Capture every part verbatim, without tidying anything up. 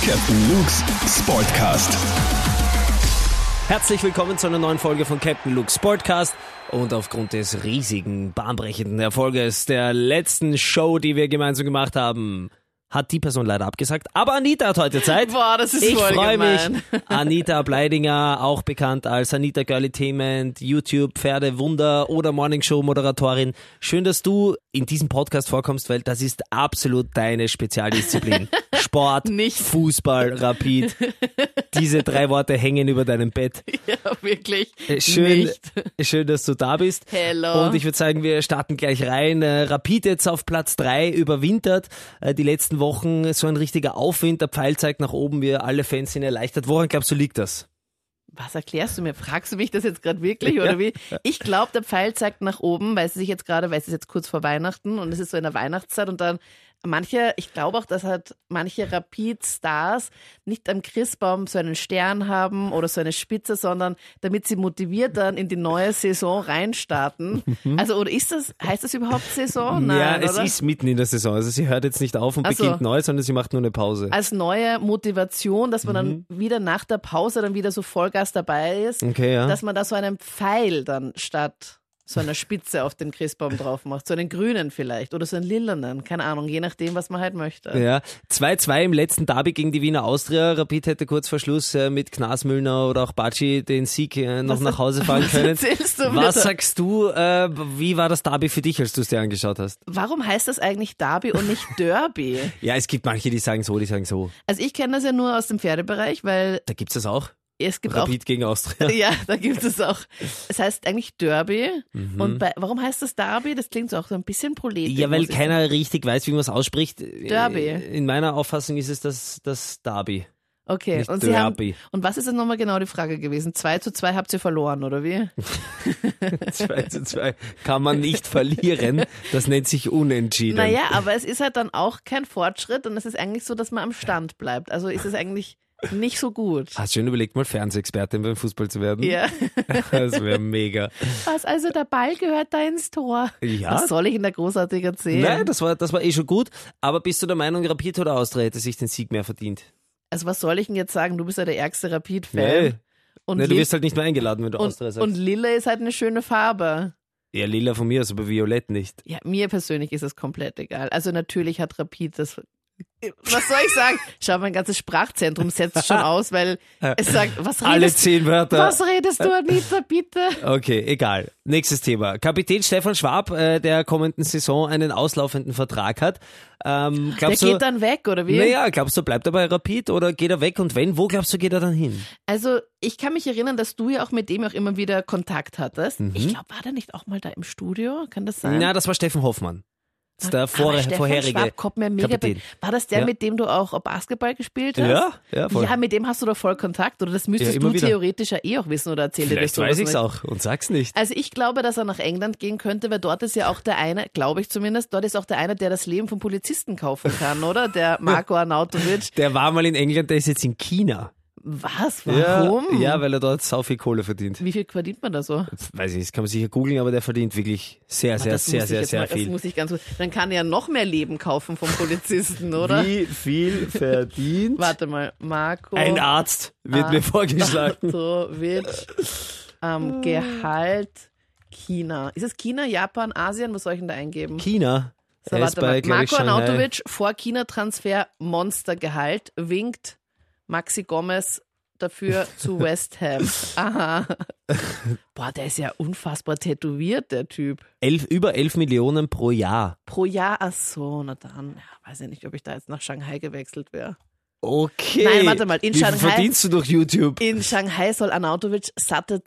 Captain Luke's Sportcast. Herzlich willkommen zu einer neuen Folge von Captain Luke's Sportcast. Und aufgrund des riesigen, bahnbrechenden Erfolges der letzten Show, die wir gemeinsam gemacht haben, hat die Person leider abgesagt. Aber Anita hat heute Zeit. Boah, das ist ich voll freue mich. gemein. Anita Bleidinger, auch bekannt als Anita Girlitainment, YouTube, Pferdewunder oder Morningshow-Moderatorin. Schön, dass du in diesem Podcast vorkommst, weil das ist absolut deine Spezialdisziplin. Sport, Nicht. Fußball, Rapid. Diese drei Worte hängen über deinem Bett. Ja, wirklich. Schön, Nicht. schön, dass du da bist. Hello. Und ich würde sagen, wir starten gleich rein. Äh, Rapid jetzt auf Platz drei überwintert. Äh, die letzten Wochen so ein richtiger Aufwind. Der Pfeil zeigt nach oben. Wir alle Fans sind erleichtert. Woran glaubst du, liegt das? Was erklärst du mir? Fragst du mich das jetzt gerade wirklich oder wie? Ich glaube, der Pfeil zeigt nach oben, weil es sich jetzt gerade, weil es ist jetzt kurz vor Weihnachten und es ist so in der Weihnachtszeit und dann manche, ich glaube auch, dass halt manche Rapid-Stars nicht am Christbaum so einen Stern haben oder so eine Spitze, sondern damit sie motiviert dann in die neue Saison reinstarten. Also, oder ist das, heißt das überhaupt Saison? Nein, ja, es oder? ist mitten in der Saison. Also sie hört jetzt nicht auf und Ach so. beginnt neu, sondern sie macht nur eine Pause. Als neue Motivation, dass man dann wieder nach der Pause dann wieder so Vollgas dabei ist, Okay, ja. dass man da so einen Pfeil dann statt so einer Spitze auf den Christbaum drauf macht. So einen grünen vielleicht oder so einen lilanen, keine Ahnung, je nachdem, was man halt möchte. Ja, zwei zwei im letzten Derby gegen die Wiener Austria. Rapid hätte kurz vor Schluss äh, mit Knasmüllner oder auch Batschi den Sieg äh, noch Was- nach Hause fahren was können. erzählst du mir Was da? sagst du, äh, wie war das Derby für dich, als du es dir angeschaut hast? Warum heißt das eigentlich Derby und nicht Derby? Ja, es gibt manche, die sagen so, die sagen so. Also ich kenne das ja nur aus dem Pferdebereich, weil Da gibt's das auch. es gibt Rapid gegen Austria. auch, ja, da gibt es auch, es heißt eigentlich Derby und bei, warum heißt das Derby? Das klingt so auch so ein bisschen proletisch. Ja, weil muss ich keiner richtig weiß, wie man es ausspricht. Derby. In meiner Auffassung ist es das, das Derby. Okay, Nicht und Sie haben, Derby. und was ist denn nochmal genau die Frage gewesen? Zwei zu zwei habt ihr verloren, oder wie? zwei zu zwei kann man nicht verlieren. Das nennt sich unentschieden. Naja, aber es ist halt dann auch kein Fortschritt und es ist eigentlich so, dass man am Stand bleibt. Also ist es eigentlich nicht so gut. Hast du schon überlegt, mal Fernsehexpertin beim Fußball zu werden? Ja. Das wäre mega. Was, also der Ball gehört da ins Tor? Ja. Was soll ich in der großartig erzählen? Nein, das war, das war eh schon gut. Aber bist du der Meinung, Rapid oder Austria hätte sich den Sieg mehr verdient? Also was soll ich denn jetzt sagen? Du bist ja der ärgste Rapid-Fan. Nee. Und, Nee, du Lil- wirst halt nicht mehr eingeladen, wenn du Austria und, sagst. und Lille ist halt eine schöne Farbe. Ja, lila von mir aus, aber violett nicht. Ja, mir persönlich ist es komplett egal. Also natürlich hat Rapid das... Was soll ich sagen? Schau, mein ganzes Sprachzentrum setzt schon aus, weil es sagt, was Alle redest, zehn Wörter. was redest du, Anita, bitte? Okay, egal. Nächstes Thema. Kapitän Stefan Schwab, äh, der kommenden Saison einen auslaufenden Vertrag hat. Ähm, Der glaubst geht du, dann weg, oder wie? naja, glaubst du, bleibt er bei Rapid oder geht er weg? Und wenn, wo glaubst du, geht er dann hin? Also ich kann mich erinnern, dass du ja auch mit dem auch immer wieder Kontakt hattest. Mhm. Ich glaube, war der nicht auch mal da im Studio? Kann das sein? Na, das war Steffen Hoffmann. Das ist der vor, Aber Stefan vorherige Schwab kommt mir mega Kapitän. be- War das der, Ja. mit dem du auch Basketball gespielt hast? Ja, ja, voll. Ja, mit dem hast du doch voll Kontakt, oder das müsstest Ja, immer du wieder. theoretisch ja eh auch wissen, oder erzähl dir das Vielleicht sowas weiß ich's nicht. auch und sag's nicht. Also ich glaube, dass er nach England gehen könnte, weil dort ist ja auch der eine, glaube ich zumindest, dort ist auch der eine, der das Leben von Polizisten kaufen kann, oder? Der Marko Arnautovic. Der war mal in England, der ist jetzt in China. Was? Warum? Ja, ja, weil er dort sau viel Kohle verdient. Wie viel verdient man da so? Weiß ich nicht, das kann man sicher googeln, aber der verdient wirklich sehr, sehr, das sehr, muss ich sehr, jetzt sehr mal, viel. Das muss ich ganz gut. Dann kann er ja noch mehr Leben kaufen vom Polizisten, oder? Wie viel verdient Warte mal, Marco ein Arzt, wird Ah. mir vorgeschlagen. Arnautovic, ähm, Gehalt China. Ist es China, Japan, Asien? Was soll ich denn da eingeben? China. So, Er ist warte bei, mal. glaub ich, Marco Shanghai. Arnautovic vor China-Transfer Monstergehalt, winkt Maxi Gomez dafür zu West Ham. Aha. Boah, der ist ja unfassbar tätowiert, der Typ. Elf, über elf Millionen pro Jahr. Pro Jahr, ach so, na dann, ja, weiß ich nicht, ob ich da jetzt nach Shanghai gewechselt wäre. Okay. Nein, warte mal, in Wie viel Shanghai- verdienst du durch YouTube? In Shanghai soll Arnautovic satte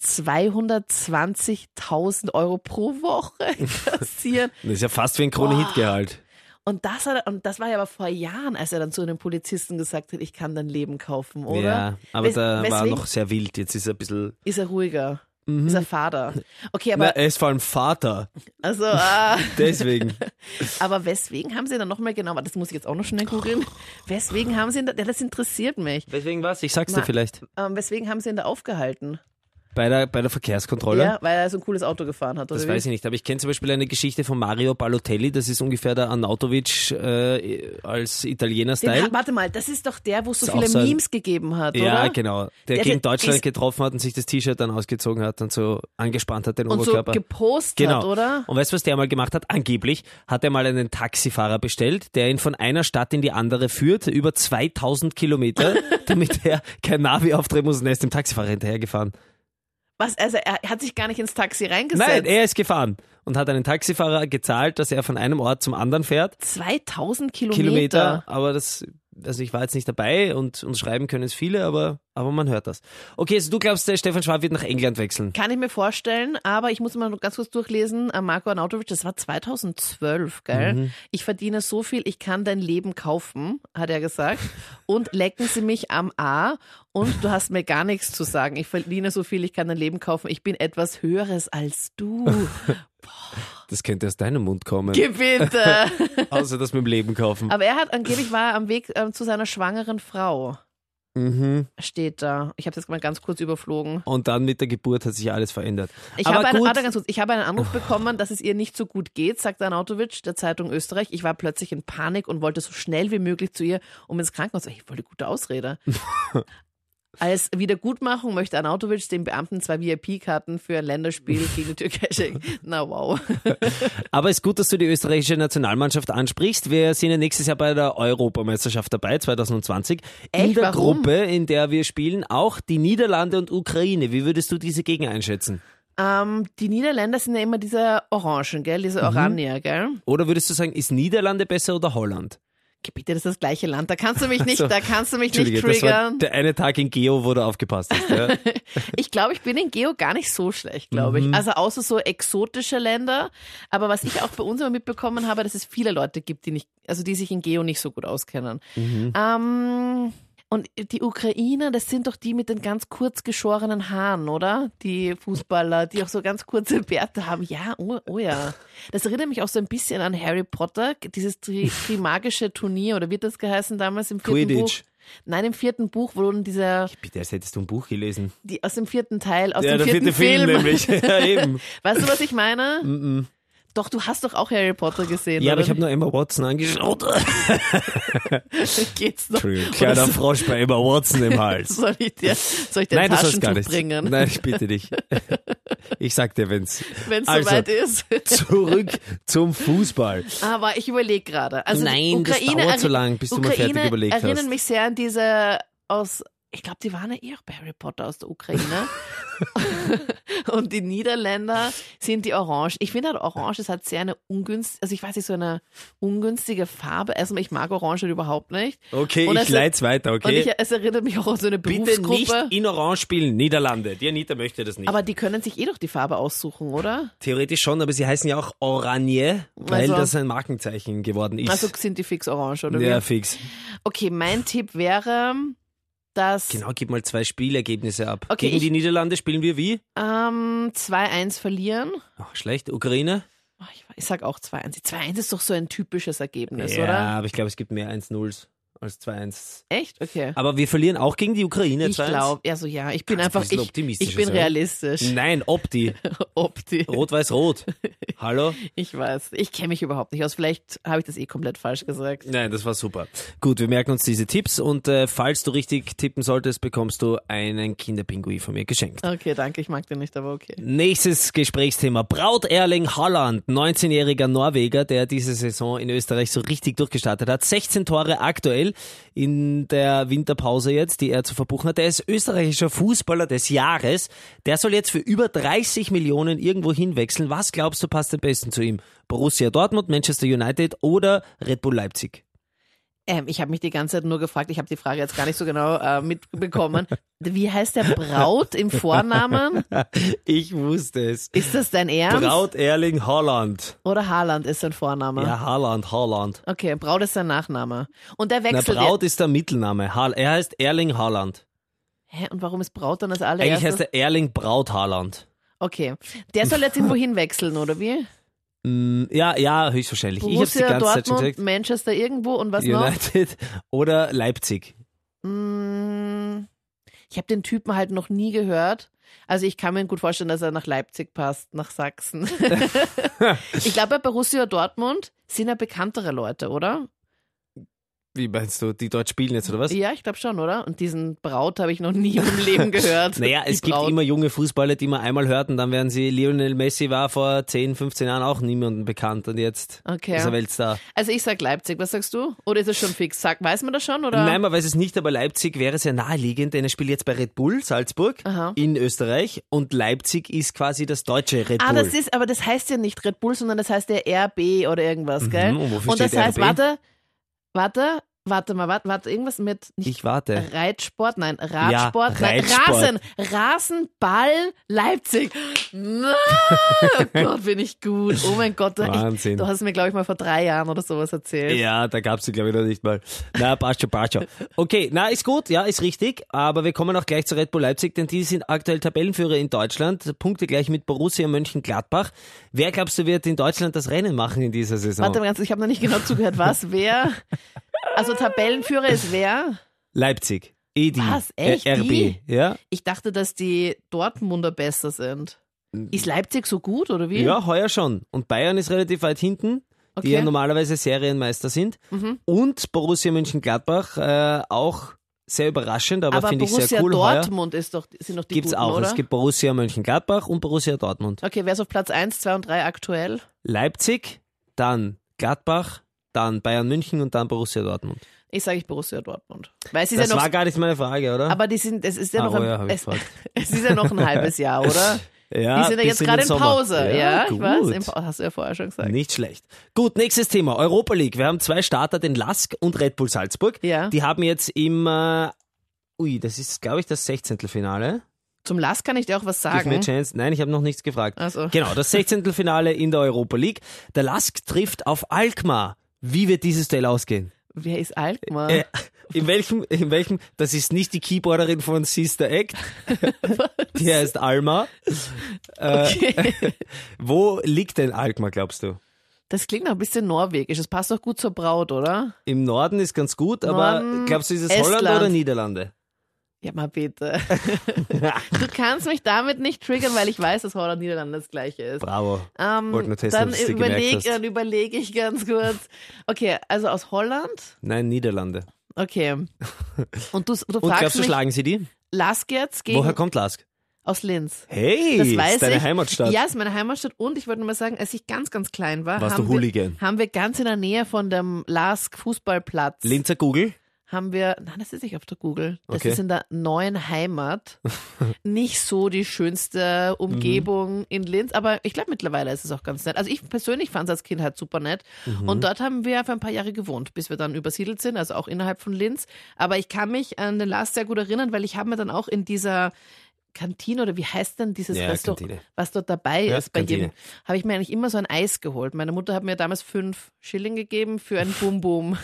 zweihundertzwanzigtausend Euro pro Woche kassieren. Das ist ja fast wie ein Krone-Hit-Gehalt. Und das, hat, er- und das war ja aber vor Jahren, als er dann zu den Polizisten gesagt hat, ich kann dein Leben kaufen, oder? Ja, aber Wes- da war weswegen noch sehr wild. Jetzt ist er ein bisschen... ist er ruhiger. Ist er Vater. Okay, aber Na, er ist vor allem Vater. also, ah, Deswegen. aber weswegen haben sie ihn dann nochmal genau, das muss ich jetzt auch noch schnell googeln, weswegen haben sie ihn da, ja, das interessiert mich. Deswegen was? Ich sag's Ma- dir vielleicht. Ähm, weswegen haben sie ihn da aufgehalten? Bei der, bei der Verkehrskontrolle? Ja, weil er so ein cooles Auto gefahren hat, oder Das wie? weiß ich nicht, aber ich kenne zum Beispiel eine Geschichte von Mario Balotelli, das ist ungefähr der Arnautovic äh, als Italiener-Style. Den, warte mal, das ist doch der, wo es so Ist viele auch so ein- Memes gegeben hat, Ja, oder? genau. Der, Der gegen ist- Deutschland ist- getroffen hat und sich das T-Shirt dann ausgezogen hat und so angespannt hat den Und so Oberkörper. gepostet Genau. hat, oder? Und weißt du, was der mal gemacht hat? Angeblich hat er mal einen Taxifahrer bestellt, der ihn von einer Stadt in die andere führt, über zweitausend Kilometer, damit er kein Navi aufdrehen muss und er ist dem Taxifahrer hinterhergefahren. Was, also er hat sich gar nicht ins Taxi reingesetzt? Nein, er ist gefahren und hat einen Taxifahrer gezahlt, dass er von einem Ort zum anderen fährt. zweitausend Kilometer. Kilometer, aber das, also ich war jetzt nicht dabei und, und schreiben können es viele, aber, aber man hört das. Okay, also du glaubst, der Stefan Schwab wird nach England wechseln? Kann ich mir vorstellen, aber ich muss mal noch ganz kurz durchlesen. Äh, Marco Arnautovic, das war zweitausendzwölf, gell? Mhm. Ich verdiene so viel, ich kann dein Leben kaufen, hat er gesagt. Und lecken Sie mich am A und du hast mir gar nichts zu sagen. Ich verdiene so viel, ich kann dein Leben kaufen. Ich bin etwas Höheres als du. Das könnte aus deinem Mund kommen. Geh bitte. Außer das mit dem Leben kaufen. Aber er hat angeblich war er am Weg ähm, zu seiner schwangeren Frau. Mhm. Steht da. Ich habe das mal ganz kurz überflogen. Und dann mit der Geburt hat sich alles verändert. Ich aber habe, einen, gut, warte ganz kurz, ich habe einen Anruf bekommen, dass es ihr nicht so gut geht, sagt Arnautovic der Zeitung Österreich. Ich war plötzlich in Panik und wollte so schnell wie möglich zu ihr, um ins Krankenhaus. Ich wollte gute Ausrede. Als Wiedergutmachung möchte Arnautovic den Beamten zwei V I P-Karten für ein Länderspiel gegen die Türkei schenken. Na wow. aber ist gut, dass du die österreichische Nationalmannschaft ansprichst. Wir sind ja nächstes Jahr bei der Europameisterschaft dabei, zwanzig zwanzig. In Echt? der Warum? Gruppe, in der wir spielen, auch die Niederlande und Ukraine. Wie würdest du diese Gegner einschätzen? Ähm, die Niederländer sind ja immer diese Orangen, gell? Diese Mhm. Oranje, gell? Oder würdest du sagen, ist Niederlande besser oder Holland? Bitte, das ist das gleiche Land. Da kannst du mich nicht, So. da kannst du mich nicht Entschuldige, das war triggern. der eine Tag in Geo, wo du aufgepasst hast. Ja? Ich glaube, ich bin in Geo gar nicht so schlecht, glaube Mhm. ich. Also außer so exotische Länder. Aber was ich auch bei uns immer mitbekommen habe, dass es viele Leute gibt, die nicht, also die sich in Geo nicht so gut auskennen. Mhm. Ähm, und die Ukrainer, das sind doch die mit den ganz kurz geschorenen Haaren, oder? Die Fußballer, die auch so ganz kurze Bärte haben. Ja, oh, oh ja. Das erinnert mich auch so ein bisschen an Harry Potter, dieses tri trimagische Turnier, oder wird das geheißen damals im vierten Quidditch. Buch? Nein, im vierten Buch, wo dann dieser, Bitte, als hättest du ein Buch gelesen. die, aus dem vierten Teil, aus ja, dem der vierten vierte Film, Film. nämlich. Ja, eben. Weißt du, was ich meine? Mm -mm. Doch, du hast doch auch Harry Potter gesehen, Ja, aber oder? ich habe nur Emma Watson angeschaut. Geht's noch? Entschuldigung, Oder kleiner so- Frosch bei Emma Watson im Hals. Soll ich dir, soll ich dir Nein, ein das sollst gar Taschentuch nicht. bringen, Nein, ich bitte dich. Ich sag dir, wenn's. wenn es Also, soweit ist? Zurück zum Fußball. Aber ich überlege gerade. Also Nein, das Ukraine dauert so erri- lang, bis du mal Ukraine fertig überlegt erinnern hast. mich sehr an diese aus, ich glaube, die waren ja eh auch bei Harry Potter aus der Ukraine. Und die Niederländer sind die Orange. Ich finde halt Orange, es hat sehr eine ungünstige, also ich weiß nicht, so eine ungünstige Farbe. Erstmal, ich mag Orange halt überhaupt nicht. Okay, Und ich es- leit's weiter, Und okay? ich, es erinnert mich auch an so eine Bitte Berufsgruppe. nicht in Orange spielen, Niederlande. Die Anita möchte das nicht. Aber die können sich eh doch die Farbe aussuchen, oder? Theoretisch schon, aber sie heißen ja auch Oranje, weil Also- das ein Markenzeichen geworden ist. Also sind die fix orange, oder ja, wie? fix. Okay, mein Tipp wäre, dass Genau, gib mal zwei Spielergebnisse ab. Okay, Gegen ich- die Niederlande spielen wir wie? ähm, zwei eins verlieren. Ach, schlecht. Ukraine? Oh, Ich, ich sag auch zwei eins. zwei eins ist doch so ein typisches Ergebnis, ja, oder? aber ich glaube, es gibt mehr eins nulls als zwei eins. Echt? Okay. Aber wir verlieren auch gegen die Ukraine Ich zwei eins? glaube, also ja, ich bin Kannst du ein einfach, bisschen ich, optimistischer ich bin sein? realistisch. Nein, Opti. Opti. Rot-Weiß-Rot. Hallo? Ich weiß, ich kenne mich überhaupt nicht aus. Vielleicht habe ich das eh komplett falsch gesagt. Nein, das war super. Gut, wir merken uns diese Tipps und äh, falls du richtig tippen solltest, bekommst du einen Kinderpinguin von mir geschenkt. Okay, danke, ich mag den nicht, aber okay. Nächstes Gesprächsthema. Braut Erling Haaland, neunzehnjähriger Norweger, der diese Saison in Österreich so richtig durchgestartet hat. sechzehn Tore aktuell in der Winterpause jetzt, die er zu verbuchen hat. Der ist österreichischer Fußballer des Jahres. Der soll jetzt für über dreißig Millionen irgendwo hinwechseln. Was glaubst du passt am besten zu ihm? Borussia Dortmund, Manchester United oder Red Bull Leipzig? Ähm, ich habe mich die ganze Zeit nur gefragt, ich habe die Frage jetzt gar nicht so genau äh, mitbekommen. Wie heißt der Braut im Vornamen? Ich wusste es. Ist das dein Ernst? Braut Erling Haaland. Oder Haaland ist sein Vorname? Ja, Haaland, Haaland. Okay, Braut ist sein Nachname. Und der Na, wechselt Braut ist der Mittelname. Ha- Er heißt Erling Haaland. jetzt. Hä, und warum ist Braut dann das Eigentlich allererste? heißt er Erling Braut Haaland. Okay. Der soll jetzt irgendwo hinwechseln, oder wie? Mm, ja, ja, höchstwahrscheinlich. ich hab's die Borussia ganze Zeit schon Dortmund, gesagt. Manchester irgendwo und was noch? United oder Leipzig. Mm, Ich habe den Typen halt noch nie gehört. Also ich kann mir gut vorstellen, dass er nach Leipzig passt, nach Sachsen. Ich glaube, bei Borussia Dortmund sind ja bekanntere Leute, oder? Wie meinst du, die dort spielen jetzt, oder was? Ja, ich glaube schon, oder? Und diesen Braut habe ich noch nie im Leben gehört. Naja, es Die gibt Braut. immer junge Fußballer, die man einmal hört und dann werden sie, Lionel Messi war vor zehn, fünfzehn Jahren auch niemandem bekannt und jetzt Okay. ist er Weltstar. Also ich sag Leipzig, was sagst du? Oder ist es schon fix? Sag, weiß man das schon? Oder? Nein, man weiß es nicht, aber Leipzig wäre sehr naheliegend, denn er spielt jetzt bei Red Bull Salzburg Aha. in Österreich und Leipzig ist quasi das deutsche Red Ah, Bull. das ist, aber das heißt ja nicht Red Bull, sondern das heißt ja R B oder irgendwas, gell? und wofür Und das steht heißt, R B? warte, warte, warte mal, warte, warte, irgendwas mit nicht Ich warte. Reitsport, nein, Radsport, Ja, nein, Reitsport. Rasen, Rasenball, Leipzig. Na, oh Gott, bin ich gut. Oh mein Gott, du, Wahnsinn. Ich, du hast mir, glaube ich, mal vor drei Jahren oder sowas erzählt. Ja, da gab's sie, glaube ich, noch nicht mal. Na, passt schon, passt schon. Okay, na, ist gut, ja, ist richtig, aber wir kommen auch gleich zu Red Bull Leipzig, denn die sind aktuell Tabellenführer in Deutschland, Punkte gleich mit Borussia Mönchengladbach. Wer glaubst du wird in Deutschland das Rennen machen in dieser Saison? Warte mal ganz, ich habe noch nicht genau zugehört. Was, wer? Also Tabellenführer ist wer? Leipzig. E D. Was, echt? Äh, R B, ja? Ich dachte, dass die Dortmunder besser sind. Ist Leipzig so gut oder wie? Ja, heuer schon. Und Bayern ist relativ weit hinten, die Okay. ja normalerweise Serienmeister sind. Mhm. Und Borussia Mönchengladbach äh, auch sehr überraschend, aber, Aber finde ich Borussia sehr cool. Heuer Dortmund ist doch, sind doch die gibt's Guten, auch. oder? Es gibt Borussia Mönchengladbach und Borussia Dortmund. Okay, wer ist auf Platz eins, zwei und drei aktuell? Leipzig, dann Gladbach, dann Bayern München und dann Borussia Dortmund. Ich sage ich Borussia Dortmund. Weil es ist Das ja noch, war gar nicht meine Frage, oder? aber die sind, es ist ja Ah, noch, oh ein, ja, hab ich es, gefragt. es ist ja noch ein halbes Jahr, oder? ja, Die sind ja bis jetzt in gerade den in Sommer. Pause. Ja, Ja, ich gut. weiß. In Pa- hast du ja vorher schon gesagt. Nicht schlecht. Gut, nächstes Thema. Europa League. Wir haben zwei Starter, den Lask und Red Bull Salzburg. Ja. Die haben jetzt im, äh, ui, das ist, glaube ich, das Sechzehntelfinale. Zum Last kann ich dir auch was Give me a sagen. chance. Nein, ich habe noch nichts gefragt. Ach so. Genau, das Sechzehntelfinale in der Europa League. Der Lask trifft auf Alkmaar. Wie wird dieses Duell ausgehen? Wer ist Alkmaar? Äh, in welchem, in welchem, das ist nicht die Keyboarderin von Sister Act. Die heißt Alma. Okay. Wo liegt denn Alkmaar, glaubst du? Das klingt noch ein bisschen norwegisch. Das passt doch gut zur Braut, oder? Im Norden ist ganz gut, aber Norden, glaubst du, ist es Estland. Holland oder Niederlande? Ja, mal bitte. Du kannst mich damit nicht triggern, weil ich weiß, dass Holland Niederlande das gleiche ist. Bravo. Ähm, Wollte nur testen, dann ob du's dir gemerkt überleg, hast. dann überlege ich ganz kurz. Okay, also aus Holland. Nein, Niederlande. Okay. Und du, du Und fragst glaubst du, mich, schlagen sie die? Lask jetzt gegen Woher kommt Lask? aus Linz. Hey, Das weiß ist deine ich. Heimatstadt. Ja, ist meine Heimatstadt. Und ich wollte nur mal sagen, als ich ganz, ganz klein war, Warst haben, du Hooligan? wir, haben wir ganz in der Nähe von dem Lask Fußballplatz, Linzer Google? haben wir, nein, das ist nicht auf der Google, das Okay. ist in der neuen Heimat. Nicht so die schönste Umgebung Mhm. in Linz, aber ich glaube mittlerweile ist es auch ganz nett. Also ich persönlich fand es als Kind halt super nett. Mhm. Und dort haben wir für ein paar Jahre gewohnt, bis wir dann übersiedelt sind, also auch innerhalb von Linz. Aber ich kann mich an den Last sehr gut erinnern, weil ich habe mir dann auch in dieser Kantine oder wie heißt denn dieses Ja, Restaurant, Kantine. was dort dabei Ja, ist, bei Kantine. jedem, habe ich mir eigentlich immer so ein Eis geholt. Meine Mutter hat mir damals fünf Schilling gegeben für ein Bum Bum.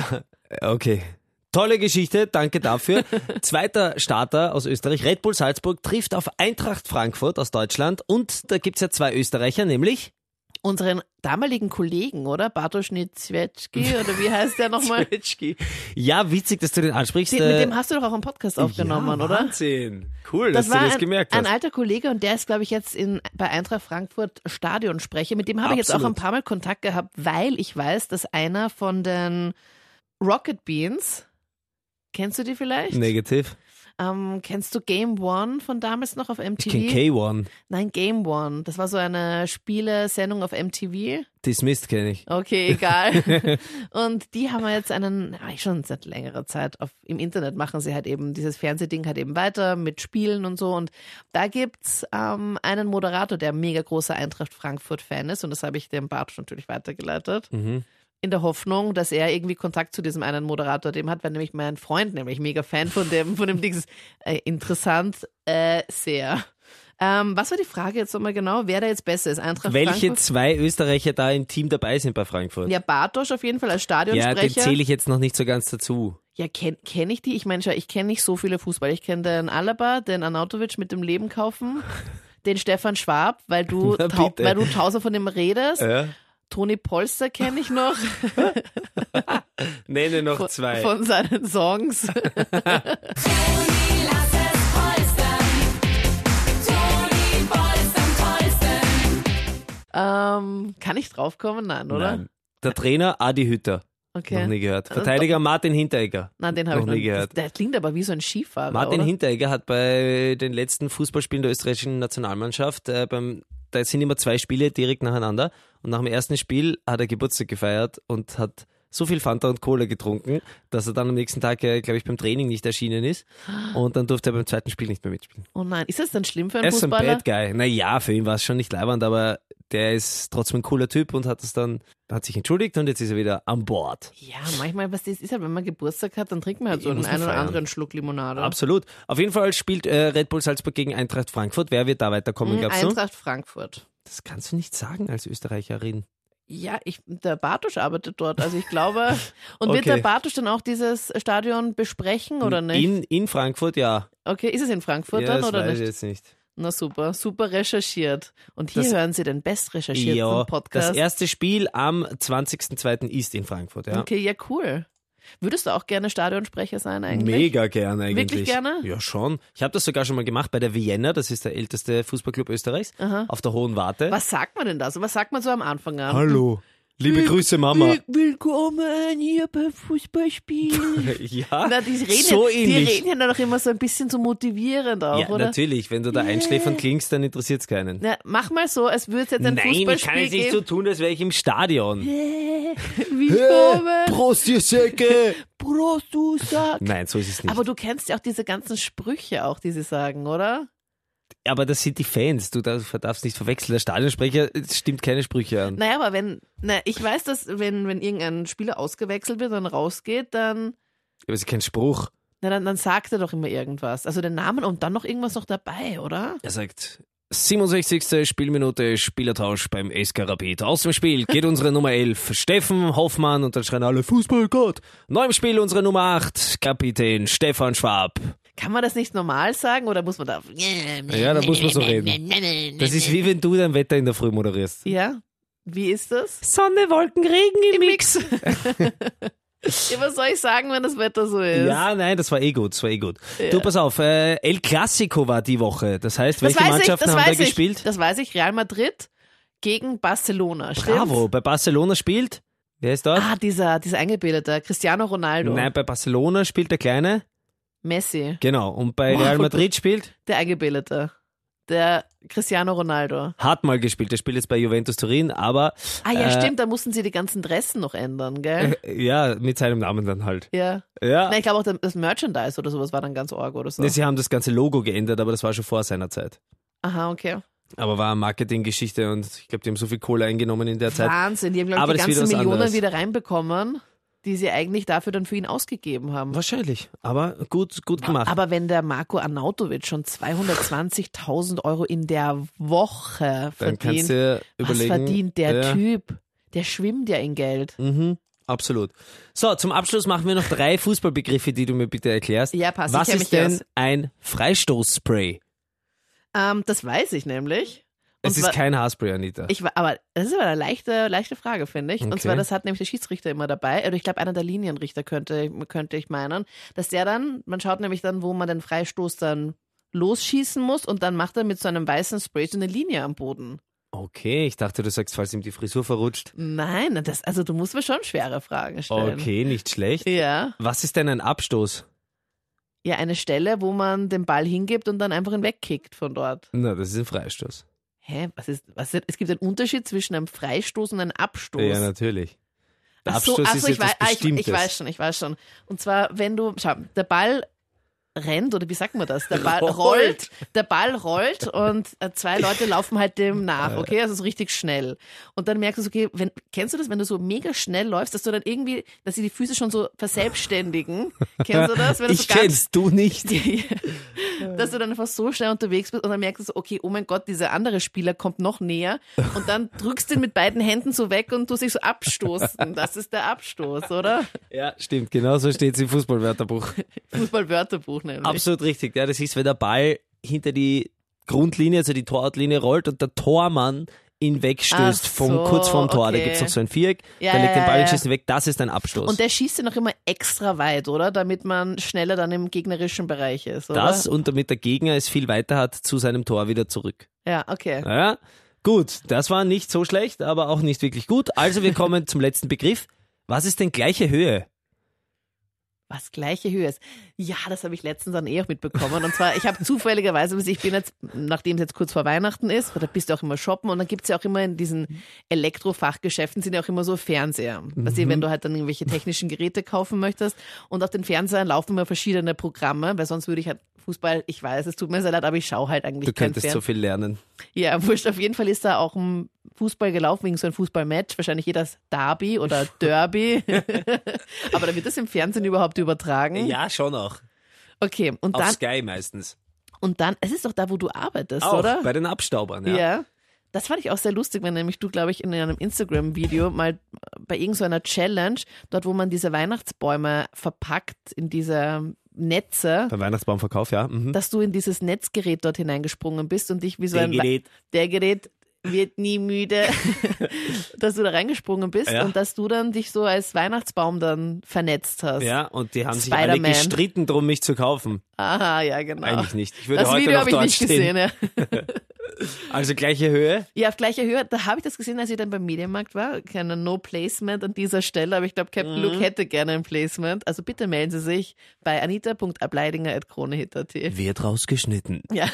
Okay. Tolle Geschichte, danke dafür. Zweiter Starter aus Österreich, Red Bull Salzburg, trifft auf Eintracht Frankfurt aus Deutschland und da gibt's ja zwei Österreicher, nämlich Unseren damaligen Kollegen, oder? Bartosz Niedzwiecki, oder wie heißt der nochmal? Zwetschki. Ja, witzig, dass du den ansprichst. Den, äh, mit dem hast du doch auch einen Podcast aufgenommen, ja, oder? Wahnsinn. Cool, Das dass war du das ein, gemerkt ein hast. alter Kollege und der ist, glaube ich, jetzt in, bei Eintracht Frankfurt Stadionsprecher. Mit dem habe ich jetzt auch Absolut. ein paar Mal Kontakt gehabt, weil ich weiß, dass einer von den Rocket Beans, kennst du die vielleicht? Negativ. Ähm, kennst du Game One von damals noch auf M Ich T V? kenn K eins. Nein, Game One. Das war so eine Spielesendung auf M T V. Dismissed kenne ich. Okay, egal. Und die haben wir jetzt einen, ah, schon seit längerer Zeit, auf, im Internet machen sie halt eben dieses Fernsehding halt eben weiter mit Spielen und so. Und da gibt's ähm, einen Moderator, der mega großer Eintracht Frankfurt-Fan ist. Und das habe ich dem Bartosz natürlich weitergeleitet. Mhm. In der Hoffnung, dass er irgendwie Kontakt zu diesem einen Moderator dem hat, weil nämlich mein Freund nämlich mega Fan von dem, von dem Ding ist. Äh, interessant, äh, sehr. Ähm, was war die Frage jetzt nochmal genau? Wer da jetzt besser ist? Eintracht Welche Frankfurt? zwei Österreicher da im Team dabei sind bei Frankfurt? Ja, Bartosz auf jeden Fall als Ja, den Stadionsprecher. zähle ich jetzt noch nicht so ganz dazu. Ja, kenne kenn ich die? Ich meine, schau, ich kenne nicht so viele Fußballer. Ich kenne den Alaba, den Arnautovic mit dem Leben kaufen, den Stefan Schwab, weil du, Na, tau bitte. weil du tausend von dem redest. Ja. Toni Polster kenne ich noch Nenne noch von, zwei. von seinen Songs. Lass es polstern. Ähm, kann ich draufkommen? Nein, oder? Nein. Der Trainer Adi Hütter. Okay. Noch nie gehört. Verteidiger Martin Hinteregger. Nein, den habe ich noch nie gehört. Das, der klingt aber wie so ein Skifahrer, Martin oder? Hinteregger hat bei den letzten Fußballspielen der österreichischen Nationalmannschaft, äh, beim, da sind immer zwei Spiele direkt nacheinander und nach dem ersten Spiel hat er Geburtstag gefeiert und hat so viel Fanta und Cola getrunken, dass er dann am nächsten Tag, äh, glaube ich, beim Training nicht erschienen ist und dann durfte er beim zweiten Spiel nicht mehr mitspielen. Oh nein, ist das dann schlimm für einen Er ist ein Fußballer? Bad Guy. Naja, für ihn war es schon nicht leibernd, aber der ist trotzdem ein cooler Typ und hat es dann, hat sich entschuldigt und jetzt ist er wieder an Bord. Ja, manchmal, was das ist halt, wenn man Geburtstag hat, dann trinkt man halt so Ja, einen muss man einen oder feiern. anderen Schluck Limonade. Absolut. Auf jeden Fall spielt äh, Red Bull Salzburg gegen Eintracht Frankfurt. Wer wird da weiterkommen, Mhm, glaubst du? Eintracht Frankfurt. Das kannst du nicht sagen als Österreicherin. Ja, ich, der Bartosch arbeitet dort, also ich glaube. Und wird Okay. der Bartosch dann auch dieses Stadion besprechen oder nicht? In, in Frankfurt, ja. Okay, ist es in Frankfurt ja, dann das oder weiß nicht? ich jetzt nicht. Na super, super recherchiert. Und hier Das- hören Sie den best recherchierten Ja, Podcast. das erste Spiel am zwanzigsten zweiten ist in Frankfurt, ja. Okay, ja cool. Würdest du auch gerne Stadionsprecher sein eigentlich? Mega gern eigentlich. Wirklich gerne? Ja, schon. Ich habe das sogar schon mal gemacht bei der Vienna, das ist der älteste Fußballclub Österreichs, Aha. auf der Hohen Warte. Was sagt man denn da so? Was sagt man so am Anfang an? Hallo, liebe Will- Grüße Mama. Will- Willkommen hier beim Fußballspiel. Ja, Na, die reden, so ja, die ähnlich. reden ja dann auch immer so ein bisschen so motivierend auch, Ja, oder? natürlich. Wenn du da einschläfernd klingst, dann interessiert es keinen. Na, mach mal so, als würde es jetzt ein Nein, ich Fußballspiel kann jetzt nicht so geben. tun, als wäre ich im Stadion. Willkommen, Prost, ihr Säcke! Prost, du Sack. Nein, so ist es nicht. Aber du kennst ja auch diese ganzen Sprüche auch, die sie sagen, oder? Aber das sind die Fans. Du darfst, darfst nicht verwechseln. Der Stadionsprecher stimmt keine Sprüche an. Naja, aber wenn, na, ich weiß, dass wenn, wenn irgendein Spieler ausgewechselt wird und rausgeht, dann, Aber es ist kein Spruch. na, dann, dann sagt er doch immer irgendwas. Also den Namen und dann noch irgendwas noch dabei, oder? Er sagt, siebenundsechzigste Spielminute, Spielertausch beim S K Rapid. Aus dem Spiel geht unsere Nummer elf, Steffen Hoffmann, und dann schreien alle Fußballgott. Neu im Spiel unsere Nummer acht, Kapitän Stefan Schwab. Kann man das nicht normal sagen oder muss man da? Ja, da muss man so reden. Das ist wie wenn du dein Wetter in der Früh moderierst. Ja? Wie ist das? Sonne, Wolken, Regen im Mix. Ja, was soll ich sagen, wenn das Wetter so ist? Ja, nein, das war eh gut, das war eh gut. Du, pass auf, äh, El Clasico war die Woche. Das heißt, das welche weiß ich, Mannschaften das haben da weiß ich. gespielt? Das weiß ich. Real Madrid gegen Barcelona. Bravo, Stimmt's? bei Barcelona spielt, wer ist dort? Ah, dieser, dieser Eingebildete, Cristiano Ronaldo. Nein, bei Barcelona spielt der Kleine. Messi, Genau, und bei Boah, Real voll Madrid spielt, der Eingebildete. Der Cristiano Ronaldo. hat mal gespielt, der spielt jetzt bei Juventus Turin, aber Ah ja, Äh, stimmt, da mussten sie die ganzen Dressen noch ändern, gell? äh, ja, mit seinem Namen dann halt. Ja. Ja, Nein, ich glaube auch das Merchandise oder sowas war dann ganz arg oder so. Ne, sie haben das ganze Logo geändert, aber das war schon vor seiner Zeit. Aha, okay. Aber war eine Marketinggeschichte und ich glaube, die haben so viel Kohle eingenommen in der Zeit. Wahnsinn, die haben, glaube Aber ich, die das ist wieder ganzen was Millionen anderes. wieder reinbekommen, die sie eigentlich dafür dann für ihn ausgegeben haben. Wahrscheinlich, aber gut, gut gemacht. Aber wenn der Marco Arnautovic schon zweihundertzwanzigtausend Euro in der Woche dann kannst verdient, du dir was überlegen. verdient der ja, Typ? Der schwimmt ja in Geld. Mhm, absolut. So, zum Abschluss machen wir noch drei Fußballbegriffe, die du mir bitte erklärst. Ja, passt, ich Was kenn ist mich denn aus. ein Freistoßspray? Ähm, das weiß ich nämlich. Und Es ist zwar- kein Haarspray, Anita. Ich, wa- aber das ist aber eine leichte, leichte Frage, finde ich. Und Okay. zwar, das hat nämlich der Schiedsrichter immer dabei. Oder ich glaube, einer der Linienrichter könnte, könnte ich meinen, dass der dann, man schaut nämlich dann, wo man den Freistoß dann losschießen muss und dann macht er mit so einem weißen Spray so eine Linie am Boden. Okay, ich dachte, du sagst, falls ihm die Frisur verrutscht. Nein, das, also du musst mir schon schwere Fragen stellen. Okay, nicht schlecht. Ja. Was ist denn ein Abstoß? Ja, eine Stelle, wo man den Ball hingibt und dann einfach ihn wegkickt von dort. Na, das ist ein Freistoß. Hä? Was ist, was ist, es gibt einen Unterschied zwischen einem Freistoß und einem Abstoß. Ja, natürlich. Der Ach so, Abstoß ach ist so, ich, etwas weiß, ah, ich, Bestimmtes. ich weiß schon, ich weiß schon. Und zwar, wenn du, schau, der Ball rennt, oder wie sagt man das? Der Ball Rollt. rollt. Der Ball rollt und äh, zwei Leute laufen halt dem nach, okay? Also so richtig schnell. Und dann merkst du, so, okay, wenn, kennst du das, wenn du so mega schnell läufst, dass du dann irgendwie, dass sie die Füße schon so verselbstständigen? Kennst du das? Wenn du Ich so ganz, kenn's, du nicht. dass du dann einfach so schnell unterwegs bist und dann merkst du so, okay, oh mein Gott, dieser andere Spieler kommt noch näher und dann drückst du ihn mit beiden Händen so weg und du dich so abstoßen. Das ist der Abstoß, oder? Ja, stimmt, genau so steht es im Fußballwörterbuch. Fußball-Wörterbuch nämlich. Absolut richtig. Ja, das ist, wenn der Ball hinter die Grundlinie, also die Torlinie rollt und der Tormann ihn wegstößt Ach vom, so, kurz vorm Tor. Da okay. gibt es noch so ein Viereck, Ja, der legt ja, den Ball ja, und ja. schießt ihn weg. Das ist ein Abstoß. Und der schießt ja noch immer extra weit, oder? Damit man schneller dann im gegnerischen Bereich ist, oder? das und damit der Gegner es viel weiter hat zu seinem Tor wieder zurück. Ja, okay. Ja, Gut, das war nicht so schlecht, aber auch nicht wirklich gut. Also wir kommen zum letzten Begriff. Was ist denn gleiche Höhe? Was gleiche Höhe ist. Ja, das habe ich letztens dann eh auch mitbekommen. Und zwar, ich habe zufälligerweise, ich bin jetzt, nachdem es jetzt kurz vor Weihnachten ist, da bist du auch immer shoppen und dann gibt es ja auch immer in diesen Elektrofachgeschäften sind ja auch immer so Fernseher. Mhm. Weißt du, wenn du halt dann irgendwelche technischen Geräte kaufen möchtest und auf den Fernsehern laufen immer verschiedene Programme, weil sonst würde ich halt Fußball, ich weiß, es tut mir sehr leid, aber ich schaue halt eigentlich Du kein könntest Fern- so viel lernen. Ja, wurscht, auf jeden Fall ist da auch ein Fußball gelaufen, wegen so ein Fußballmatch, wahrscheinlich jedes Derby oder Derby. Aber da wird das im Fernsehen überhaupt übertragen? Ja, schon auch. Okay, und Auf dann, Sky meistens. und dann, es ist doch da, wo du arbeitest, Auch oder? bei den Abstaubern, ja. Ja. Das fand ich auch sehr lustig, wenn nämlich du, glaube ich, in einem Instagram-Video mal bei irgendeiner Challenge, dort, wo man diese Weihnachtsbäume verpackt in diese Netze, Beim Weihnachtsbaumverkauf, ja. Mhm. dass du in dieses Netzgerät dort hineingesprungen bist und dich wie so Der ein Gerät. der Gerät wird nie müde, dass du da reingesprungen bist Ja. und dass du dann dich so als Weihnachtsbaum dann vernetzt hast. Ja, und die haben sich alle Spider-Man. gestritten drum, mich zu kaufen. Aha, ja, genau. Eigentlich nicht. Ich würde Das heute Video noch habe ich dort nicht stehen. gesehen, ja. Also gleiche Höhe. Ja, auf gleicher Höhe, da habe ich das gesehen, als ich dann beim Mediamarkt war. Keine No-Placement an dieser Stelle, aber ich glaube, Captain Mhm. Luke hätte gerne ein Placement. Also bitte melden Sie sich bei anita punkt ableidinger at kronehit punkt at. Wird rausgeschnitten. Ja.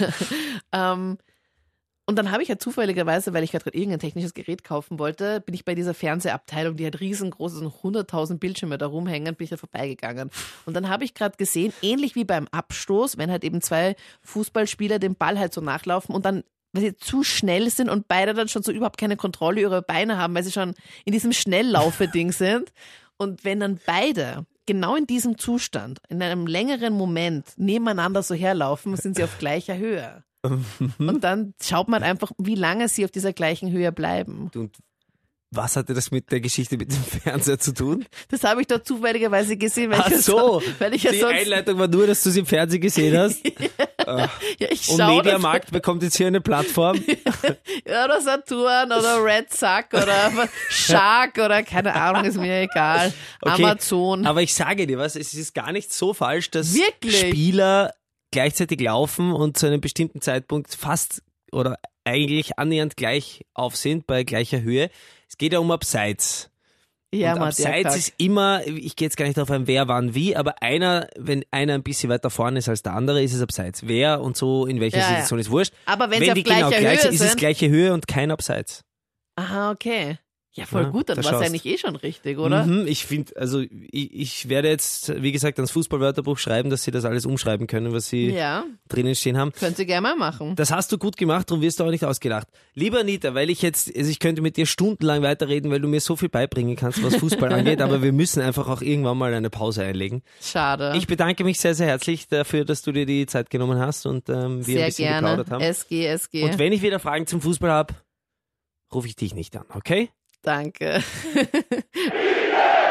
ähm, und dann habe ich ja zufälligerweise, weil ich gerade irgendein technisches Gerät kaufen wollte, bin ich bei dieser Fernsehabteilung, die hat riesengroße, so hunderttausend Bildschirme da rumhängen, bin ich da vorbeigegangen. Und dann habe ich gerade gesehen, ähnlich wie beim Abstoß, wenn halt eben zwei Fußballspieler den Ball halt so nachlaufen und dann, weil sie zu schnell sind und beide dann schon so überhaupt keine Kontrolle über ihre Beine haben, weil sie schon in diesem Schnelllaufe-Ding sind. Und wenn dann beide genau in diesem Zustand, in einem längeren Moment nebeneinander so herlaufen, sind sie auf gleicher Höhe. Und dann schaut man einfach, wie lange sie auf dieser gleichen Höhe bleiben. Und was hatte das mit der Geschichte mit dem Fernseher zu tun? Das habe ich dort zufälligerweise gesehen, weil Ach ich ja so, so, weil ich ja die sonst, Einleitung war nur, dass du es im Fernsehen gesehen hast. ja, ich Und schaue Mediamarkt bekommt jetzt hier eine Plattform. ja, oder Saturn oder Red Suck oder Shark oder keine Ahnung, ist mir egal. Okay, Amazon. Aber ich sage dir was, es ist gar nicht so falsch, dass Wirklich? Spieler gleichzeitig laufen und zu einem bestimmten Zeitpunkt fast oder eigentlich annähernd gleich auf sind bei gleicher Höhe. Es geht ja um Abseits. Ja, und Mann, der Abseits Kack. ist immer, ich gehe jetzt gar nicht darauf ein, wer, wann, wie, aber einer, wenn einer ein bisschen weiter vorne ist als der andere, ist es Abseits. Wer und so, in welcher Ja, ja. Situation ist wurscht. Aber wenn, Wenn sie auf die gleicher genau gleich Höhe sind, ist es sind. gleiche Höhe und kein Abseits. Aha, okay. Ja, voll Ja, gut, dann da war es schaust. eigentlich eh schon richtig, oder? Mhm, ich finde, also ich, ich werde jetzt, wie gesagt, ans Fußballwörterbuch schreiben, dass sie das alles umschreiben können, was sie Ja, drinnen stehen haben. könnt ihr gerne mal machen. Das hast du gut gemacht, darum wirst du auch nicht ausgelacht. Lieber Anita, weil ich jetzt, also ich könnte mit dir stundenlang weiterreden, weil du mir so viel beibringen kannst, was Fußball angeht, aber wir müssen einfach auch irgendwann mal eine Pause einlegen. Schade. Ich bedanke mich sehr, sehr herzlich dafür, dass du dir die Zeit genommen hast und ähm, wir Sehr ein bisschen gerne. geplaudert haben. S G, S G. Und wenn ich wieder Fragen zum Fußball habe, rufe ich dich nicht an, okay? Danke.